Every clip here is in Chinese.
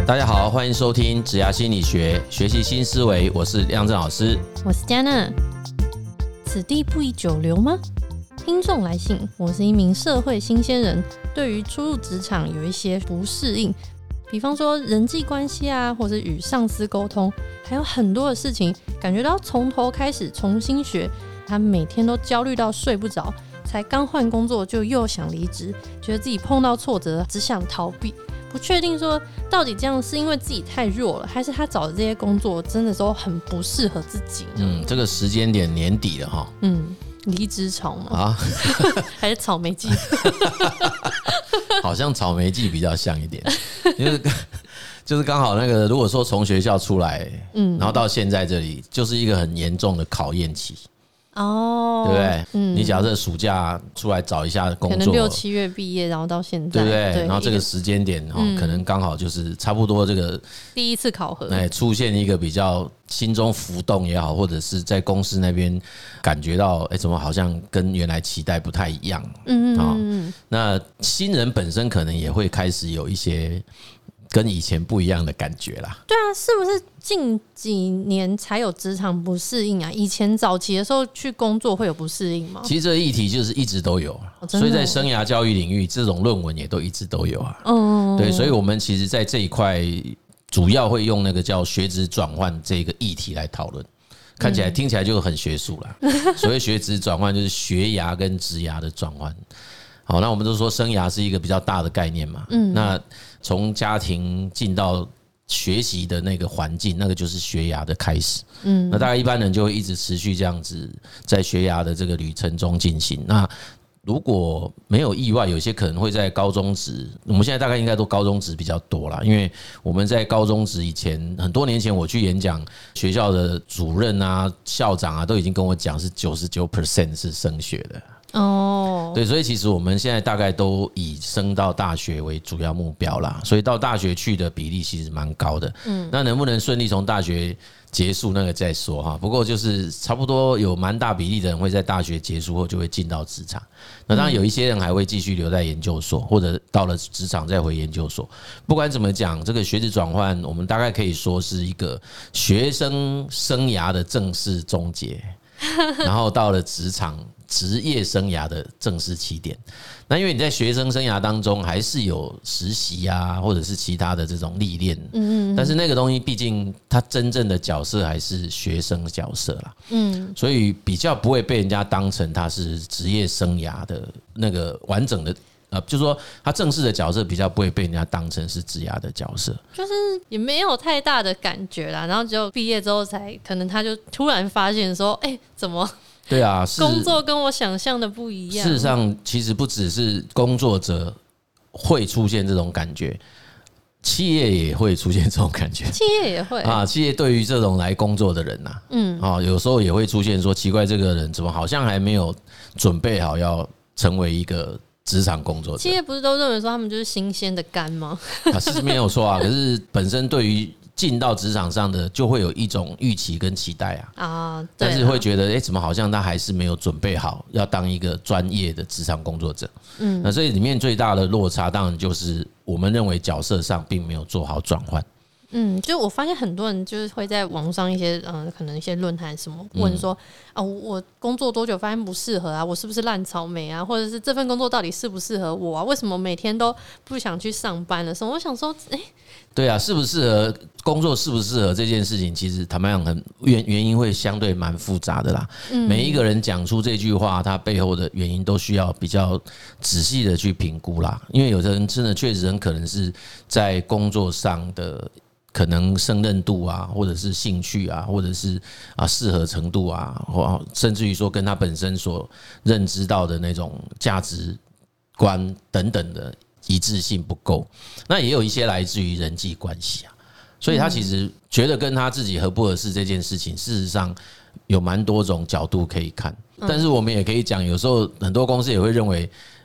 大家好，欢迎收听职涯心理学，学习新思维。我是亮正老师， 我是嘉娜。此地不宜久留吗？听众来信，我是一名社会新鲜人，对于初入职场有一些不适应，比方说人际关系啊，或者与上司沟通，还有很多的事情，感觉到从头开始重新学。他每天都焦虑到睡不着，才刚换工作就又想离职，觉得自己碰到挫折只想逃避。不确定说到底这样是因为自己太弱了，还是他找的这些工作真的都很不适合自己呢？ 这个时间点年底了哈。 离职潮吗？还是草莓季？ 好像草莓季比较像一点，就是刚好那个，如果说从学校出来，然后到现在这里，就是一个很严重的考验期。对不对？你假设暑假出来找一下工作， 可能6、7月毕业，然后到现在， 对不对？然后这个时间点可能刚好就是差不多这个第一次考核， 出现一个比较心中浮动也好，或者是在公司那边感觉到怎么好像跟原来期待不太一样。那新人本身可能也会开始有一些跟以前不一样的感觉啦。 对啊，是不是近几年才有职场不适应啊？以前早期的时候去工作会有不适应吗？ 其实这个议题就是一直都有，所以在生涯教育领域，这种论文也都一直都有啊。对，所以我们其实在这一块主要会用那个叫学职转换这个议题来讨论。看起来听起来就很学术啦。所谓学职转换，就是学涯跟职涯的转换。好，那我们都说生涯是一个比较大的概念嘛。那从家庭进到学习的那个环境，那个就是学涯的开始。那大概一般人就会一直持续这样子在学涯的这个旅程中进行。那如果没有意外，有些可能会在高中职，我们现在大概应该都高中职比较多啦，因为我们在高中职以前很多年前我去演讲，学校的主任啊、校长啊都已经跟我讲是99% 是升学的。对，所以其实我们现在大概都以升到大学为主要目标啦，所以到大学去的比例其实蛮高的。那能不能顺利从大学结束那个再说哈。不过就是差不多有蛮大比例的人会在大学结束后就会进到职场。那当然有一些人还会继续留在研究所，或者到了职场再回研究所。不管怎么讲，这个学职转换，我们大概可以说是一个学生生涯的正式终结，然后到了职场职业生涯的正式起点。那因为你在学生生涯当中还是有实习啊，或者是其他的这种历练，但是那个东西毕竟它真正的角色还是学生角色啦，所以比较不会被人家当成他是职业生涯的那个完整的。就是说他正式的角色比较不会被人家当成是职涯的角色， 就是也没有太大的感觉啦。然后就毕业之后才可能他就突然发现说，怎么？ 对啊， 工作跟我想象的不一样。 事实上，其实不只是工作者会出现这种感觉，企业也会出现这种感觉。 企业也会啊，企业对于这种来工作的人有时候也会出现说，奇怪，这个人怎么好像还没有准备好要成为一个职场工作者。 企业不是都认为说他们就是新鲜的肝吗？ 是没有错啊，可是本身对于进到职场上的就会有一种预期跟期待但是会觉得怎么好像他还是没有准备好要当一个专业的职场工作者。那所以里面最大的落差当然就是我们认为角色上并没有做好转换。 就我发现很多人就是会在网上一些可能一些论坛什么问说我工作多久发现不适合啊，我是不是烂草莓啊，或者是这份工作到底适不适合我啊，为什么每天都不想去上班了什么。我想说对啊，适不适合工作，适不适合这件事情，其实坦白讲原因会相对蛮复杂的啦。每一个人讲出这句话，他背后的原因都需要比较仔细的去评估啦。因为有的人真的确实很可能是在工作上的可能胜任度啊，或者是兴趣啊，或者是适合程度啊，或甚至于说跟他本身所认知到的那种价值观等等的一致性不够。那也有一些来自于人际关系所以他其实觉得跟他自己合不合适这件事情，事实上有蛮多种角度可以看。但是我们也可以讲，有时候很多公司也会认为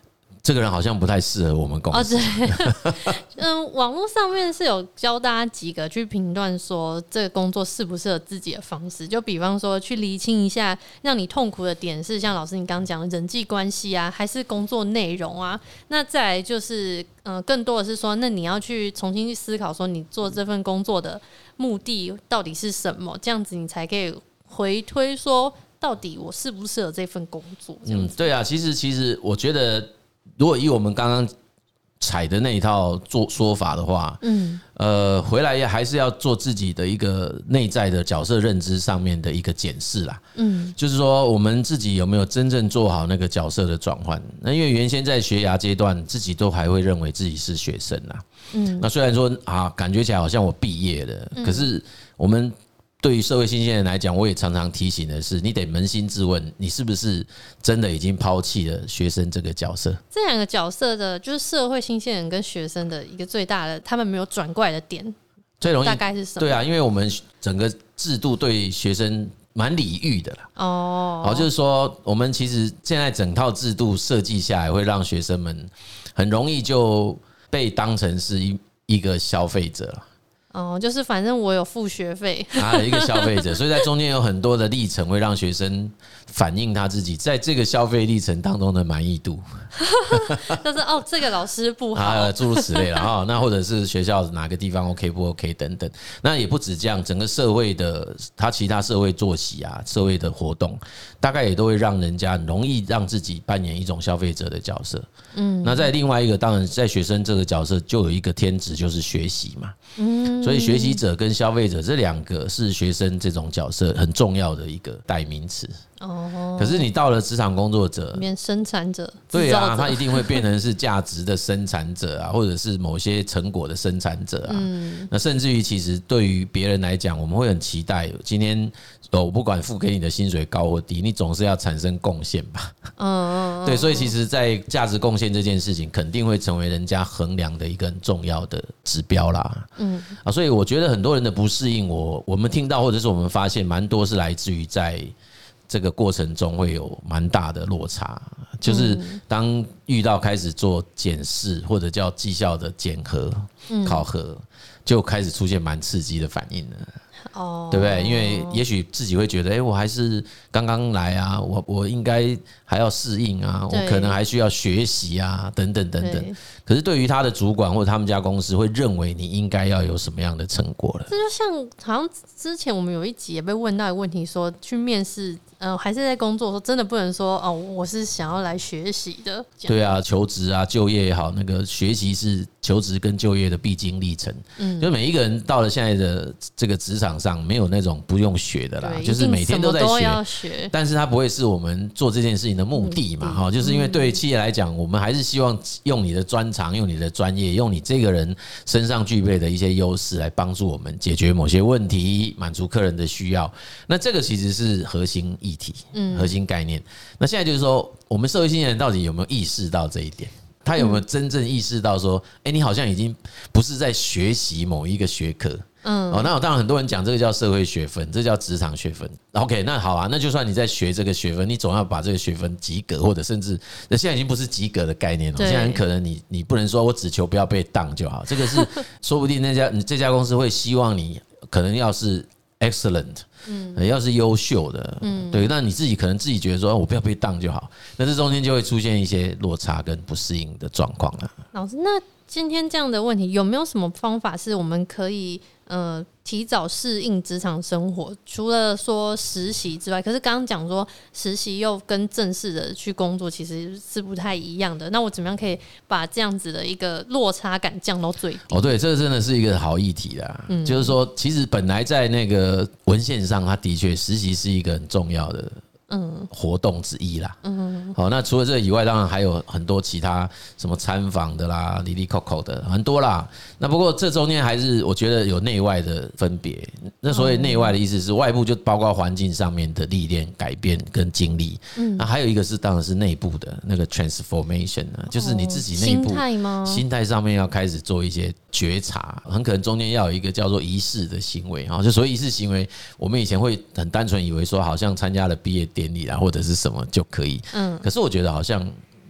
这个人好像不太适合我们公司。 对，网络上面是有教大家几个去评断说这个工作适不适合自己的方式，就比方说去厘清一下让你痛苦的点是像老师你刚刚讲的人际关系啊，还是工作内容啊。那再来就是更多的是说，那你要去重新去思考说你做这份工作的目的到底是什么，这样子你才可以回推说到底我适不适合这份工作。 对啊，其实我觉得如果以我们刚刚踩的那一套说法的话，回来还是要做自己的一个内在的角色认知上面的一个检视啦。就是说我们自己有没有真正做好那个角色的转换？那因为原先在学涯阶段，自己都还会认为自己是学生啦。那虽然说感觉起来好像我毕业了，可是我们对于社会新鲜人来讲，我也常常提醒的是，你得扪心自问，你是不是真的已经抛弃了学生这个角色？ 这两个角色的，就是社会新鲜人跟学生的一个最大的，他们没有转过来的点， 最容易大概是什么？ 对啊，因为我们整个制度对学生蛮礼遇的啦。就是说，我们其实现在整套制度设计下来，会让学生们很容易就被当成是一个消费者。 就是反正我有付学费一个消费者，所以在中间有很多的历程会让学生反映他自己在这个消费历程当中的满意度， 就是这个老师不好， 诸如此类了那或者是学校哪个地方 OK 不 OK 等等。那也不止这样，整个社会的其他社会作息啊，社会的活动，大概也都会让人家很容易让自己扮演一种消费者的角色。那在另外一个，当然在学生这个角色就有一个天职，就是学习嘛。所以学习者跟消费者这两个是学生这种角色很重要的一个代名词。可是你到了职场工作者， 变生产者， 对啊，他一定会变成是价值的生产者啊，或者是某些成果的生产者啊。那甚至于，其实对于别人来讲，我们会很期待今天我不管付给你的薪水高或低，你总是要产生贡献吧。对，所以其实，在价值贡献这件事情，肯定会成为人家衡量的一个很重要的指标啦。所以我觉得很多人的不适应，我们听到或者是我们发现，蛮多是来自于在这个过程中会有蛮大的落差，就是当遇到开始做检视或者叫绩效的检核、考核，就开始出现蛮刺激的反应了。对不对？因为也许自己会觉得，我还是刚刚来啊，我应该还要适应啊，我可能还需要学习啊，等等等等。可是对于他的主管或者他们家公司，会认为你应该要有什么样的成果了？ 这就像好像之前我们有一集也被问到一个问题，说去面试，还是在工作的时候，真的不能说我是想要来学习的。 对啊，求职啊，就业也好，那个学习是求职跟就业的必经历程。就每一个人到了现在的这个职场上，没有那种不用学的啦，就是每天都在学，但是它不会是我们做这件事情的目的嘛。就是因为对企业来讲，我们还是希望用你的专长，用你的专业，用你这个人身上具备的一些优势来帮助我们解决某些问题，满足客人的需要。那这个其实是核心议题，核心概念。那现在就是说，我们社会新鲜人到底有没有意识到这一点？他有没有真正意识到说，你好像已经不是在学习某一个学科？那当然很多人讲这个叫社会学分，这叫职场学分。OK， 那好啊，那就算你在学这个学分，你总要把这个学分及格，或者甚至现在已经不是及格的概念了。现在很可能你不能说我只求不要被当就好，这个是说不定你这家公司会希望你可能要是 excellent，要是优秀的，对，那你自己可能自己觉得说我不要被当就好，那这中间就会出现一些落差跟不适应的状况了。 老师，那今天这样的问题有没有什么方法是我们可以提早适应职场生活？除了说实习之外，可是刚刚讲说实习又跟正式的去工作其实是不太一样的。那我怎么样可以把这样子的一个落差感降到最低？ 对，这真的是一个好议题啦。就是说，其实本来在那个文献上，它的确实习是一个很重要的活动之一啦。那除了这以外，当然还有很多其他什么参访的啦、里里扣扣的很多啦。那不过这中间还是我觉得有内外的分别。那所谓内外的意思是，外部就包括环境上面的历练、改变跟经历。那还有一个是当然是内部的那个 transformation 就是你自己内部心态上面要开始做一些觉察，很可能中间要有一个叫做仪式的行为。就所谓仪式行为，我们以前会很单纯以为说好像参加了毕业典礼啦或者是什么就可以。可是我觉得好像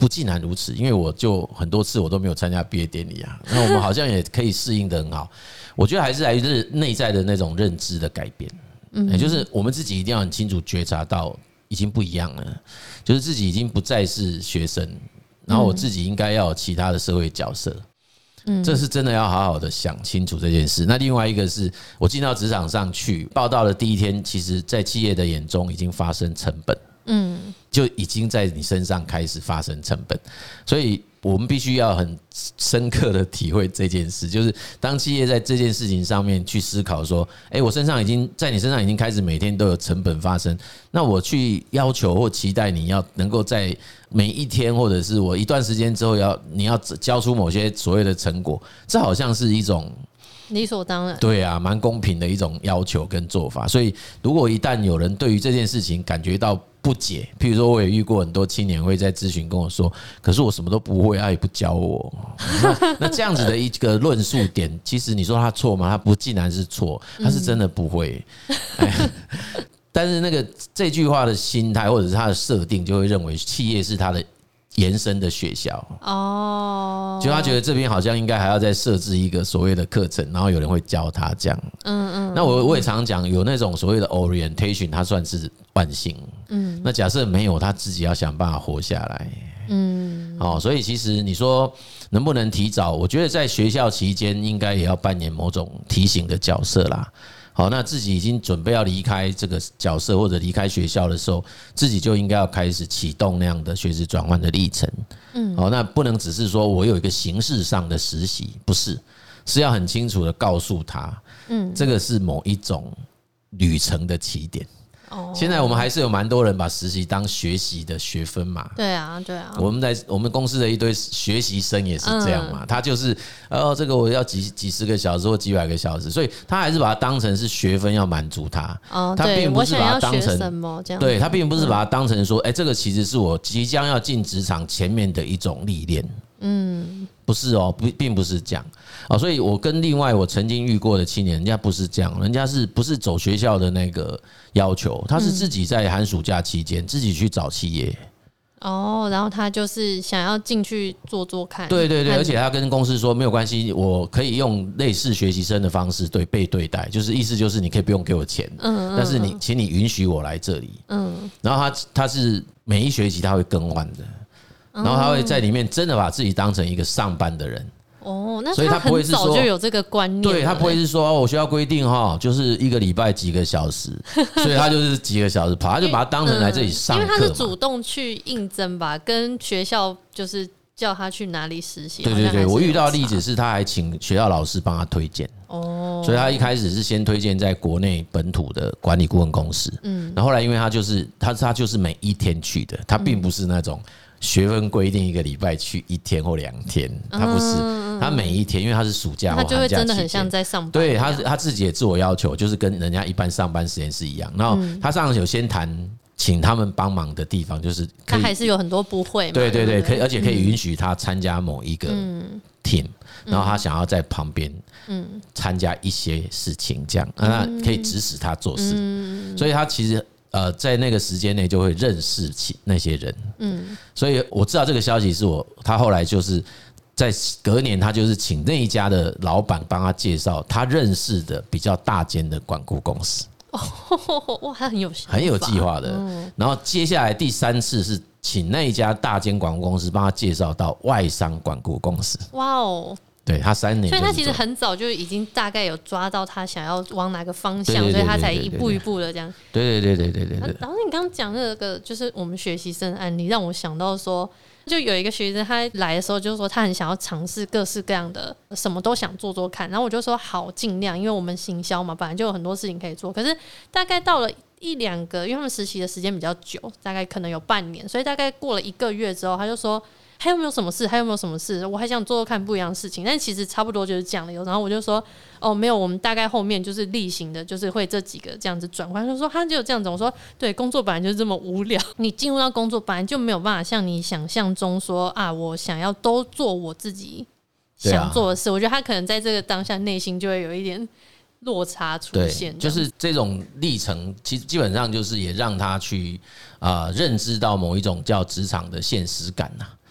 不尽然如此，因为我就很多次我都没有参加毕业典礼啊，那我们好像也可以适应得很好。我觉得还是来自内在的那种认知的改变，也就是我们自己一定要很清楚觉察到已经不一样了，就是自己已经不再是学生，然后我自己应该要有其他的社会角色。这是真的要好好的想清楚这件事。那另外一个是我进到职场上去报道的第一天，其实在企业的眼中已经发生成本，就已经在你身上开始发生成本，所以我们必须要很深刻的体会这件事，就是当企业在这件事情上面去思考说，我身上已经在你身上已经开始每天都有成本发生，那我去要求或期待你要能够在每一天或者是我一段时间之后你要交出某些所谓的成果，这好像是一种理所当然， 对啊，蛮公平的一种要求跟做法。所以如果一旦有人对于这件事情感觉到不解，譬如说我也遇过很多青年会在咨询跟我说，可是我什么都不会，他也不教我。那这样子的一个论述点，其实你说他错吗？他不尽然是错，他是真的不会。但是这句话的心态或者是他的设定，就会认为企业是他的延伸的学校哦，就他觉得这边好像应该还要再设置一个所谓的课程，然后有人会教他这样。那我也常讲，有那种所谓的 orientation， 它算是万幸。那假设没有，他自己要想办法活下来。所以其实你说能不能提早？我觉得在学校期间应该也要扮演某种提醒的角色啦。好，那自己已经准备要离开这个角色或者离开学校的时候，自己就应该要开始启动那样的学识转换的历程。好，那不能只是说我有一个形式上的实习，不是，是要很清楚的告诉他，这个是某一种旅程的起点。现在我们还是有蛮多人把实习当学习的学分嘛。 对啊，对啊。 我们公司的一堆学习生也是这样嘛。他就是这个我要几十个小时或几百个小时，所以他还是把它当成是学分要满足他。他并不是把它当成对，他并不是把它当成说，这个其实是我即将要进职场前面的一种历练。不是哦，并不是这样。所以我跟另外我曾经遇过的青年，人家不是这样，人家是不是走学校的那个要求，他是自己在寒暑假期间自己去找企业。 然后他就是想要进去做做看。对， 而且他跟公司说没有关系，我可以用类似学习生的方式被对待，就是意思就是你可以不用给我钱，但是请你允许我来这里。然后他是每一学期他会更换的。然后他会在里面真的把自己当成一个上班的人。 那所以他很早就有这个观念。 对，他不会是说我学校规定就是一个礼拜几个小时，所以他就是几个小时跑，他就把它当成来这里上课嘛。 因为他是主动去应征吧，跟学校就是叫他去哪里实习。 对，我遇到的例子是他还请学校老师帮他推荐。所以他一开始是先推荐在国内本土的管理顾问公司。然后后来因为他就是每一天去的，他并不是那种学分规定一个礼拜去1天或2天，他不是，他每一天，因为他是暑假或寒假期间，他就会真的很像在上班。 对，他自己也自我要求，就是跟人家一般上班时间是一样。然后他上次有先谈请他们帮忙的地方，就是他还是有很多不会嘛。 对，可以，而且可以允许他参加某一个 team，然后他想要在旁边参加一些事情，这样那可以指使他做事。所以他其实在那个时间内就会认识起那些人。所以我知道这个消息是他后来就是在隔年，他就是请那一家的老板帮他介绍他认识的比较大间的管顾公司。 哇，他很有计划的。然后接下来第3次是请那一家大间管顾公司帮他介绍到外商管顾公司。 哇哦！ 对，他3年， 所以他其实很早就已经大概有抓到他想要往哪个方向，所以他才一步一步的这样。 对。 然后你刚刚讲那个就是我们学习生案例，让我想到说，就有一个学生他来的时候就说他很想要尝试各式各样的，什么都想做做看。然后我就说好，尽量，因为我们行销嘛，本来就有很多事情可以做。可是大概到了1-2个，因为他们实习的时间比较久，大概可能有半年，所以大概过了1个月之后，他就说还有没有什么事？我还想做做看不一样的事情，但其实差不多就是这样的。然后我就说没有，我们大概后面就是例行的，就是会这几个这样子转换。他就说他就这样子。我说对，工作本来就是这么无聊，你进入到工作本来就没有办法像你想象中说我想要都做我自己想做的事。我觉得他可能在这个当下内心就会有一点落差出现。 就是这种历程其实基本上就是也让他去认知到某一种叫职场的现实感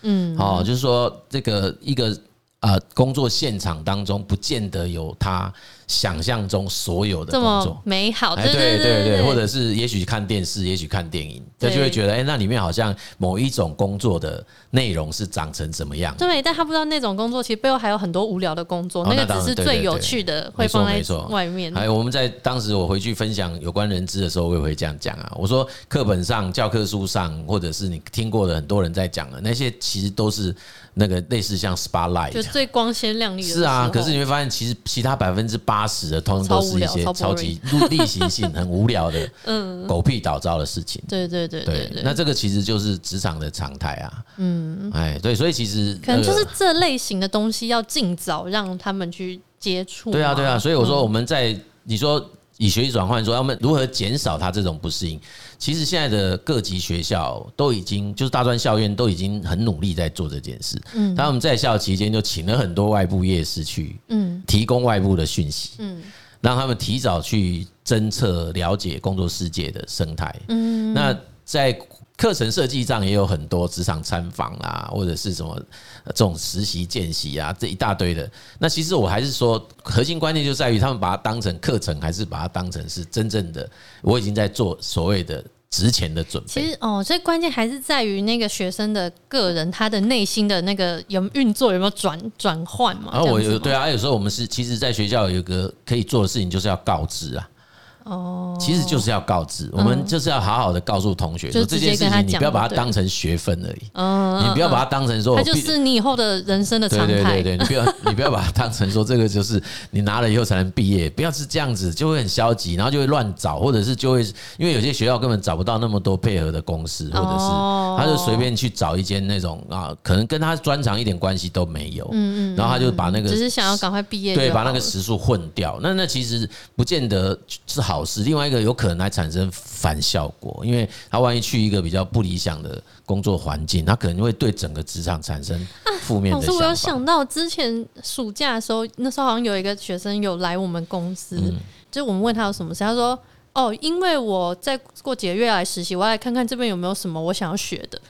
就是说这个一个工作现场当中，不见得有他想象中所有的工作这么美好， 对，或者是也许看电视，也许看电影，就会觉得那里面好像某一种工作的内容是长成怎么样？ 对，但他不知道那种工作其实背后还有很多无聊的工作，那个只是最有趣的，会放在外面。 还有我们在当时我回去分享有关人资的时候，我也会这样讲啊。我说课本上、教科书上，或者是你听过的很多人在讲的那些，其实都是那个类似像 spotlight， 就最光鲜亮丽的。 是啊，可是你会发现，其实其他80%的，通通都是一些超级例行性、很无聊的、狗屁倒灶的事情。 对， 那这个其实就是职场的常态啊。对，所以其实可能就是这类型的东西要尽早让他们去接触。 对啊，所以我说我们在你说以学习转换说，他们如何减少他这种不适应？其实现在的各级学校都已经就是大专校院都已经很努力在做这件事。他们在校期间就請了很多外部业师去提供外部的讯息，让他们提早去侦测了解工作世界的生态。那在课程设计上也有很多职场参访啊，或者是什么这种实习见习啊，这一大堆的。那其实我还是说，核心观念就在于他们把它当成课程，还是把它当成是真正的我已经在做所谓的之前的准备。 其实所以关键还是在于那个学生的个人，他的内心的那个运作有没有转换嘛？ 对啊，有时候我们是其实在学校有一个可以做的事情，就是要告知啊。其实就是要告知，我们就是要好好的告诉同学说这件事情，你不要把它当成学分而已，你不要把它当成说它就是你以后的人生的常态。 对，你不要把它当成说这个就是你拿了以后才能毕业，不要是这样子，就会很消极，然后就会乱找，或者是就会因为有些学校根本找不到那么多配合的公司，或者是他就随便去找一间那种可能跟他专长一点关系都没有，然后他就把那个只是想要赶快毕业， 对，把那个时数混掉，那其实不见得是好事。另外一个有可能还产生反效果，因为他万一去一个比较不理想的工作环境，他可能会对整个职场产生负面的想法。 我有想到之前暑假的时候，那时候好像有一个学生有来我们公司，就我们问他有什么事，他说因为我再过几个月来实习，我要来看看这边有没有什么我想要学的。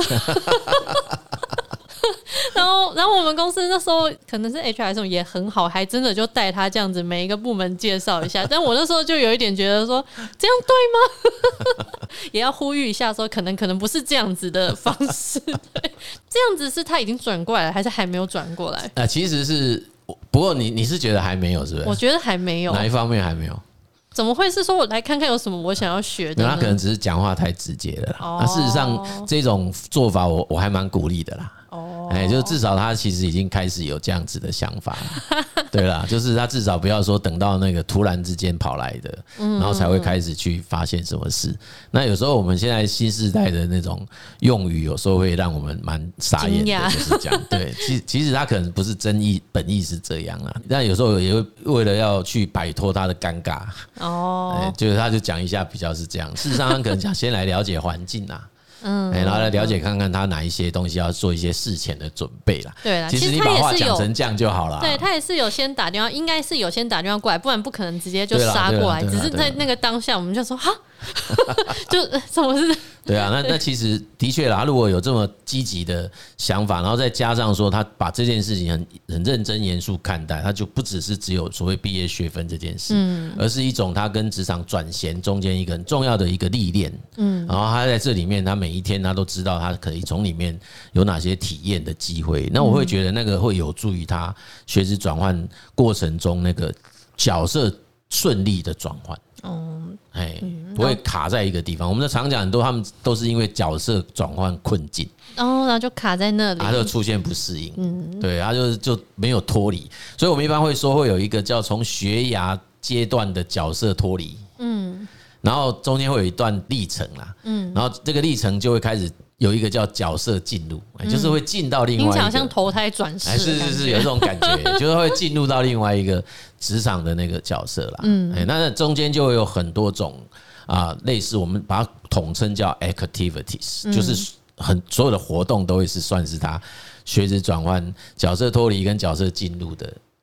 然后我们公司那时候可能是 HR 也很好，还真的就带他这样子每一个部门介绍一下。但我那时候就有一点觉得说，这样对吗？也要呼吁一下说，可能不是这样子的方式。对，这样子是他已经转过来了，还是还没有转过来？ 其实是，不过你是觉得还没有，是不是？ 我觉得还没有。 哪一方面还没有？ 怎么会是说我来看看有什么我想要学的呢？ 他可能只是讲话太直接了啦。事实上，这种做法我还蛮鼓励的啦。就是至少他其实已经开始有这样子的想法了，对啦，就是他至少不要说等到那个突然之间跑来的，然后才会开始去发现什么事。那有时候我们现在新世代的那种用语，有时候会让我们蛮傻眼的，就是这样。对，其实他可能不是真意本意是这样啦，但有时候也会为了要去摆脱他的尴尬，就是他就讲一下比较是这样。事实上，他可能想先来了解环境啊。然后来了解看看他哪一些东西要做一些事前的准备啦。 对啦， 其实你把话讲成这样就好了。 对，他也是有先打电话，应该是有先打电话过来，不然不可能直接就杀过来。只是在那个当下，我们就说哈，就什么是？ 对啊，那其实的确啦，如果有这么积极的想法，然后再加上说他把这件事情很认真严肃看待，他就不只有所谓毕业学分这件事，而是一种他跟职场转衔中间一个很重要的一个历练。然后他在这里面，他每一天他都知道他可以从里面有哪些体验的机会。那我会觉得那个会有助于他学职转换过程中那个角色顺利的转换。不会卡在一个地方。我们常讲很多，他们都是因为角色转换困境， 然后就卡在那里， 他就出现不适应。对，他就没有脱离。所以我们一般会说，会有一个叫从学涯阶段的角色脱离，然后中间会有一段历程啦，然后这个历程就会开始有一个叫角色进入，就是会进到另外一个， 听起来好像投胎转世， 是有这种感觉，就是会进入到另外一个职场的那个角色啦。那中间就会有很多种类似我们把它统称叫 activities，就是所有的活动都会是算是他学职转换、角色脱离跟角色进入的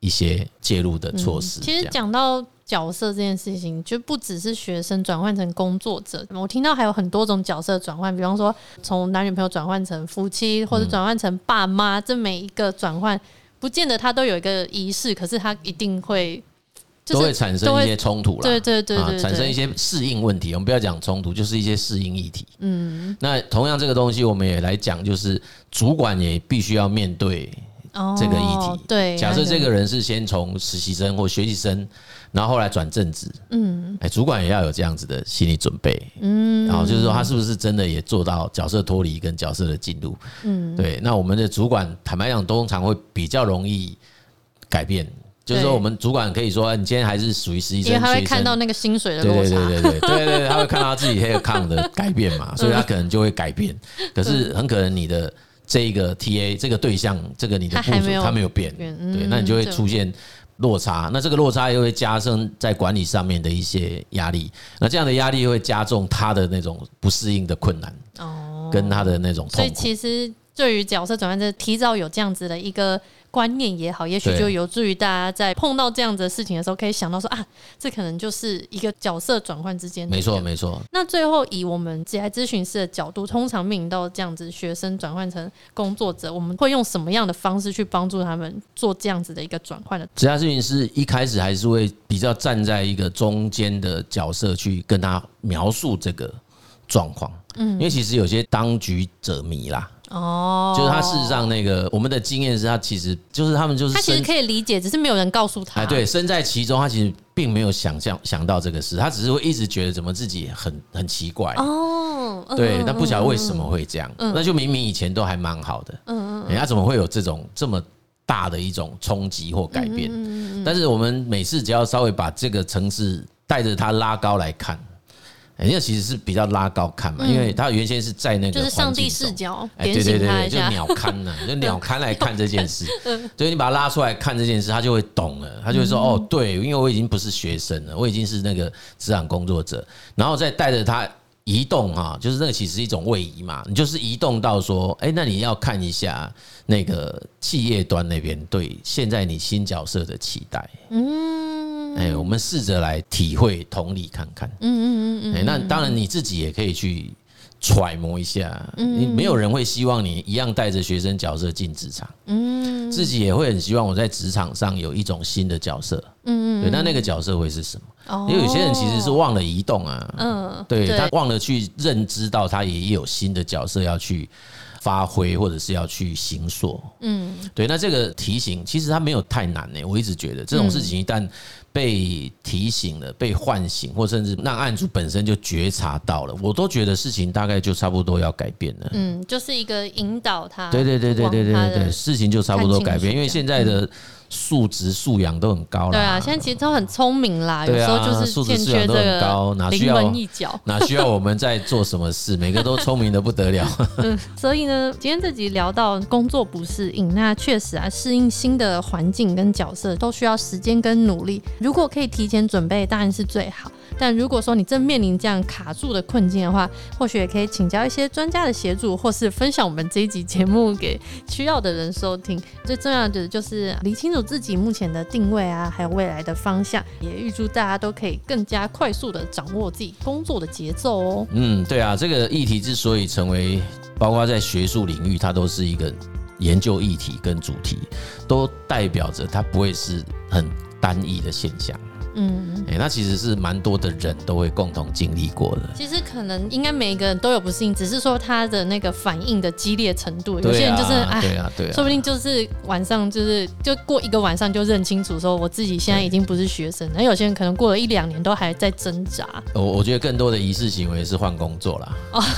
一些介入的措施。 其实讲到角色这件事情，就不只是学生转换成工作者，我听到还有很多种角色转换，比方说从男女朋友转换成夫妻，或者转换成爸妈，这每一个转换不见得他都有一个仪式，可是他一定会都会产生一些冲突啦， 对， 产生一些适应问题。我们不要讲冲突，就是一些适应议题。那同样这个东西，我们也来讲，就是主管也必须要面对这个议题。 对， 假设这个人是先从实习生或学习生，然后后来转正职，主管也要有这样子的心理准备。然后就是说他是不是真的也做到角色脱离跟角色的进入？对，那我们的主管坦白讲，通常会比较容易改变。就是说，我们主管可以说，你今天还是属于实习生， 因为他会看到那个薪水的落差， 对，他会看到自己 head count 的改变嘛，所以他可能就会改变。可是很可能你的这一个 TA 这个对象，这个你的部署他没有变，对，那你就会出现落差。那这个落差又会加深在管理上面的一些压力，那这样的压力会加重他的那种不适应的困难，跟他的那种痛苦。 所以其实对于角色转换，这提早有这样子的一个观念也好，也许就有助于大家在碰到这样子的事情的时候，可以想到说啊，这可能就是一个角色转换之间的。 没错。 那最后以我们职涯咨询师的角度，通常面临到这样子学生转换成工作者，我们会用什么样的方式去帮助他们做这样子的一个转换的？ 职涯咨询师一开始还是会比较站在一个中间的角色去跟他描述这个状况，因为其实有些当局者迷啦。就是他事实上那个我们的经验是他其实就是他们就是他其实可以理解，只是没有人告诉他。 对，身在其中，他其实并没有想到这个事，他只是会一直觉得怎么自己很奇怪对，但不晓得为什么会这样，那就明明以前都还蛮好的，他怎么会有这么大的一种冲击或改变？但是我们每次只要稍微把这个层次带着他拉高来看。因为其实是比较拉高看嘛，因为他原先是在那个就是上帝视角， 对，就鸟瞰呐，就鸟瞰来看这件事，所以你把他拉出来看这件事，他就会懂了，他就会说哦，对，因为我已经不是学生了，我已经是那个职场工作者，然后再带着他移动哈，就是那个其实是一种位移嘛，你就是移动到说，那你要看一下那个企业端那边对现在你新角色的期待，我们试着来体会同理看看，那当然你自己也可以去揣摩一下，没有人会希望你一样带着学生角色进职场，自己也会很希望我在职场上有一种新的角色，对，那个角色会是什么？因为有些人其实是忘了移动啊，对，他忘了去认知到他也有新的角色要去发挥，或者是要去形塑，对，那这个提醒其实它没有太难我一直觉得这种事情一旦被提醒了、被唤醒，或甚至让案主本身就觉察到了，我都觉得事情大概就差不多要改变了。 就是一个引导他， 对，事情就差不多改变，因为现在的素质素养都很高了。 对啊，现在其实都很聪明啦，有时候就是欠缺这个临门一脚， 哪需要我们在做什么事？每个都聪明的不得了。 所以呢，今天这集聊到工作不适应，那确实啊，适应新的环境跟角色都需要时间跟努力。如果可以提前准备，当然是最好。但如果说你正面临这样卡住的困境的话，或许也可以请教一些专家的协助，或是分享我们这一集节目给需要的人收听。最重要的就是理清楚自己目前的定位啊，还有未来的方向。也预祝大家都可以更加快速的掌握自己工作的节奏哦。 对啊，这个议题之所以成为包括在学术领域，它都是一个研究议题跟主题，都代表着它不会是很单一的现象。那其实是蛮多的人都会共同经历过的。 其实可能应该每一个人都有不适应，只是说他的那个反应的激烈程度。有些人就是说不定就是晚上就过一个晚上就认清楚说我自己现在已经不是学生，那有些人可能过了1-2年都还在挣扎。 我觉得更多的仪式行为是换工作啦。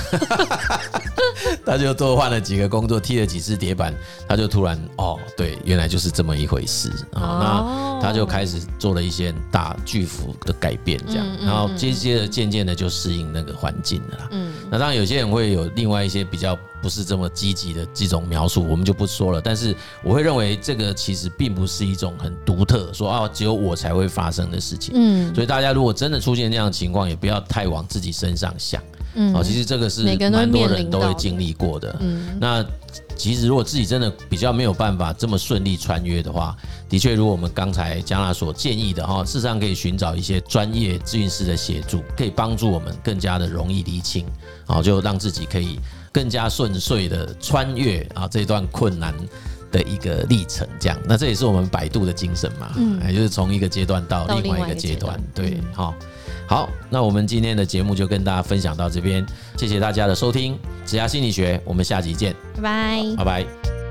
他就多换了几个工作，踢了几次叠板，他就突然对，原来就是这么一回事。那他就开始做了一些大巨幅的改变，这样，然后渐渐的就适应那个环境了啦。那当然有些人会有另外一些比较不是这么积极的这种描述，我们就不说了。但是我会认为这个其实并不是一种很独特，说只有我才会发生的事情。所以大家如果真的出现这样的情况，也不要太往自己身上想。 其实这个是蛮多人都会经历过的。那其实如果自己真的比较没有办法这么顺利穿越的话，的确如我们刚才嘉娜所建议的事实上可以寻找一些专业咨询师的协助，可以帮助我们更加的容易厘清，就让自己可以更加顺遂的穿越这段困难的一个历程，这样。那这也是我们摆渡的精神嘛，就是从一个阶段到另外一个阶段，对，好，那我们今天的节目就跟大家分享到这边，谢谢大家的收听，职涯心理学，我们下集见， 拜拜， 拜拜。